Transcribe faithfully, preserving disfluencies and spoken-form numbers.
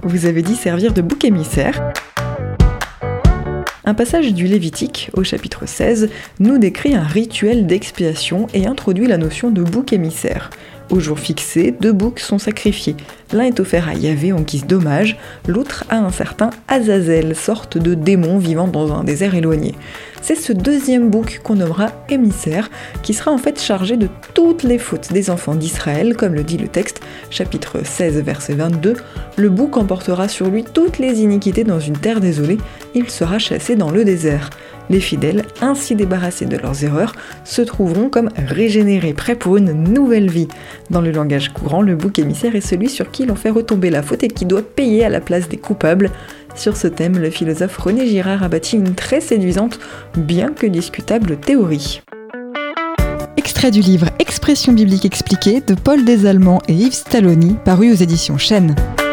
vous avez dit servir de bouc émissaire. Un passage du Lévitique, au chapitre seize, nous décrit un rituel d'expiation et introduit la notion de bouc émissaire. Au jour fixé, deux boucs sont sacrifiés. L'un est offert à Yahvé en guise d'hommage, l'autre à un certain Azazel, sorte de démon vivant dans un désert éloigné. C'est ce deuxième bouc qu'on nommera émissaire, qui sera en fait chargé de toutes les fautes des enfants d'Israël, comme le dit le texte, chapitre seize, verset vingt-deux. Le bouc emportera sur lui toutes les iniquités dans une terre désolée, il sera chassé dans le désert. Les fidèles, ainsi débarrassés de leurs erreurs, se trouveront comme régénérés, prêts pour une nouvelle vie. Dans le langage courant, le bouc émissaire est celui sur qui l'on fait retomber la faute et qui doit payer à la place des coupables. Sur ce thème, le philosophe René Girard a bâti une très séduisante, bien que discutable théorie. Extrait du livre Expression biblique expliquée de Paul Desallemands et Yves Stalloni, paru aux éditions Chênes.